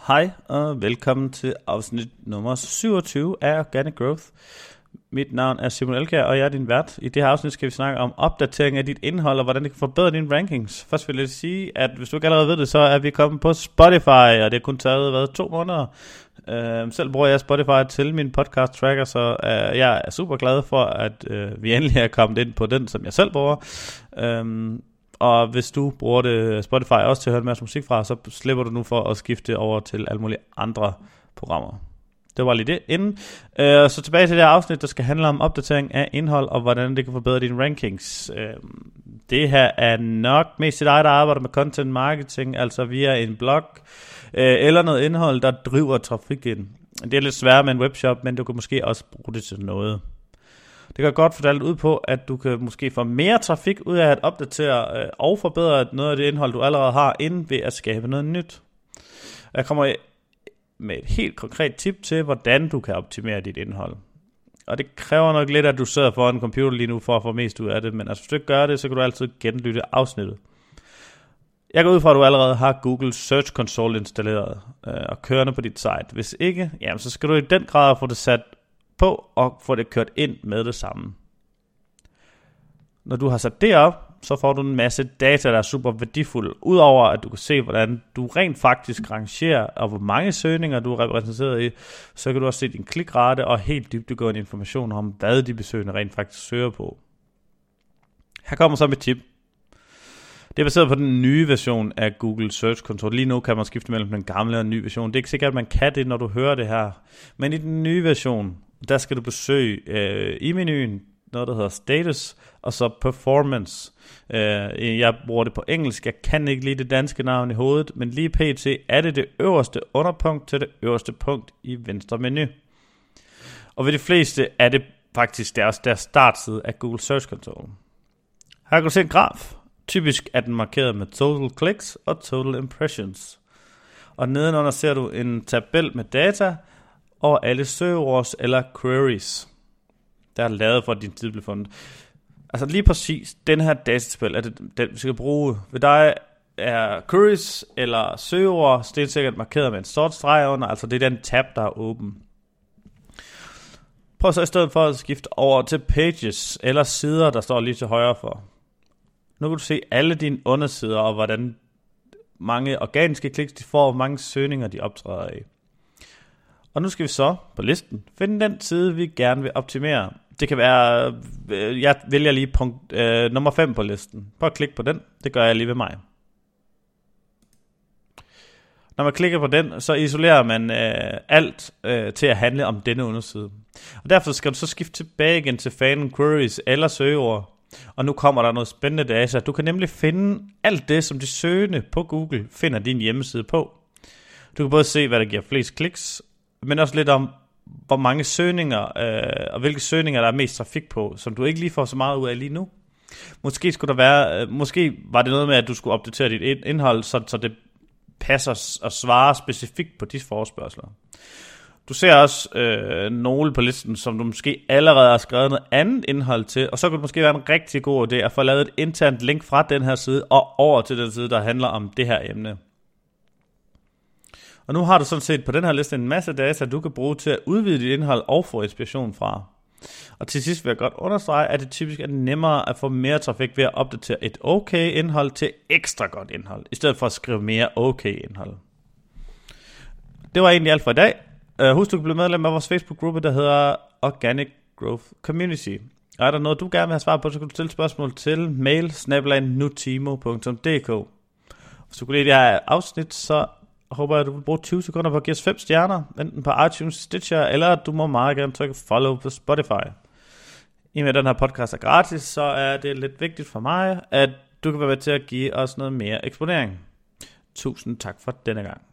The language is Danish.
Hej og velkommen til afsnit nummer 27 af Organic Growth. Mit navn er Simon Elkjær, og jeg er din vært. I det her afsnit skal vi snakke om opdatering af dit indhold, og hvordan det kan forbedre dine rankings. Først vil jeg sige, at hvis du ikke allerede ved det, så er vi kommet på Spotify, og det har kun taget 2 måneder. Selv bruger jeg Spotify til min podcast tracker, så jeg er super glad for, at vi endelig er kommet ind på den, som jeg selv bruger. Og hvis du bruger det Spotify også til at høre en masse musik fra, så slipper du nu for at skifte over til alle mulige andre programmer. Det var lige det inden. Så tilbage til det her afsnit, der skal handle om opdatering af indhold, og hvordan det kan forbedre dine rankings. Det her er nok mest til dig, der arbejder med content marketing, altså via en blog, eller noget indhold, der driver trafik ind. Det er lidt sværere med en webshop, men du kan måske også bruge det til noget. Det kan godt fortælle ud på, at du kan måske få mere trafik ud af at opdatere og forbedre noget af det indhold, du allerede har, inden ved at skabe noget nyt. Jeg kommer med et helt konkret tip til, hvordan du kan optimere dit indhold. Og det kræver nok lidt, at du sidder foran en computer lige nu for at få mest ud af det, men altså, hvis du ikke gør det, så kan du altid genlytte afsnittet. Jeg går ud fra, at du allerede har Google Search Console installeret og kørende på dit site. Hvis ikke, jamen, så skal du i den grad få det sat på og få det kørt ind med det samme. Når du har sat det op, så får du en masse data, der er super værdifuld. Udover at du kan se, hvordan du rent faktisk rangerer, og hvor mange søgninger du er repræsenteret i, så kan du også se din klikrate og helt dybdegående information om, hvad de besøgende rent faktisk søger på. Her kommer så mit tip. Det er baseret på den nye version af Google Search Console. Lige nu kan man skifte mellem den gamle og den nye version. Det er ikke sikkert, at man kan det, når du hører det her. Men i den nye version, der skal du besøge i menuen noget, der hedder Status, og så Performance. Jeg bruger det på engelsk. Jeg kan ikke lide det danske navn i hovedet, men lige pt. Er det øverste underpunkt til det øverste punkt i venstre menu. Og ved de fleste er det faktisk deres startside af Google Search Console. Her kan du se en graf. Typisk er den markeret med total clicks og total impressions. Og nedenunder ser du en tabel med data over alle søgeords eller queries, der er lavet for, at din tid bliver fundet. Altså lige præcis den her datatabel er det, den vi skal bruge. Ved dig er queries eller søgeord stensikkert markeret med en sort streg under, altså det er den tab, der er åben. Prøv så i stedet for at skifte over til pages eller sider, der står lige til højre for. Nu kan du se alle dine undersider og hvordan mange organiske kliks de får, og hvor mange søgninger de optræder af. Og nu skal vi så på listen finde den side, vi gerne vil optimere. Det kan være, jeg vælger lige punkt nummer 5 på listen. Prøv at klikke på den, det gør jeg lige ved mig. Når man klikker på den, så isolerer man alt til at handle om denne underside. Og derfor skal du så skifte tilbage igen til fanen queries eller søgeord. Og nu kommer der noget spændende data. Du kan nemlig finde alt det, som de søgende på Google finder din hjemmeside på. Du kan både se, hvad der giver flest kliks, men også lidt om, hvor mange søgninger, og hvilke søgninger, der er mest trafik på, som du ikke lige får så meget ud af lige nu. Måske var det noget med, at du skulle opdatere dit indhold, så det passer og svarer specifikt på de forespørgsler. Du ser også nogle på listen, som du måske allerede har skrevet noget andet indhold til, og så kunne det måske være en rigtig god idé at få lavet et internt link fra den her side og over til den side, der handler om det her emne. Og nu har du sådan set på den her liste en masse data, du kan bruge til at udvide dit indhold og få inspiration fra. Og til sidst vil jeg godt understrege, at det typisk er nemmere at få mere trafik ved at opdatere et okay indhold til ekstra godt indhold, i stedet for at skrive mere okay indhold. Det var egentlig alt for i dag. Husk, du kan blive medlem af vores Facebook-gruppe, der hedder Organic Growth Community. Og er der noget, du gerne vil have svar på, så kan du stille spørgsmål til mail@nutimo.dk. Hvis du kunne lide det her afsnit, så håber jeg, at du vil bruge 20 sekunder på at give os 5 stjerner, enten på iTunes, Stitcher, eller du må meget gerne trykke follow på Spotify. I med at den her podcast er gratis, så er det lidt vigtigt for mig, at du kan være med til at give os noget mere eksponering. Tusind tak for denne gang.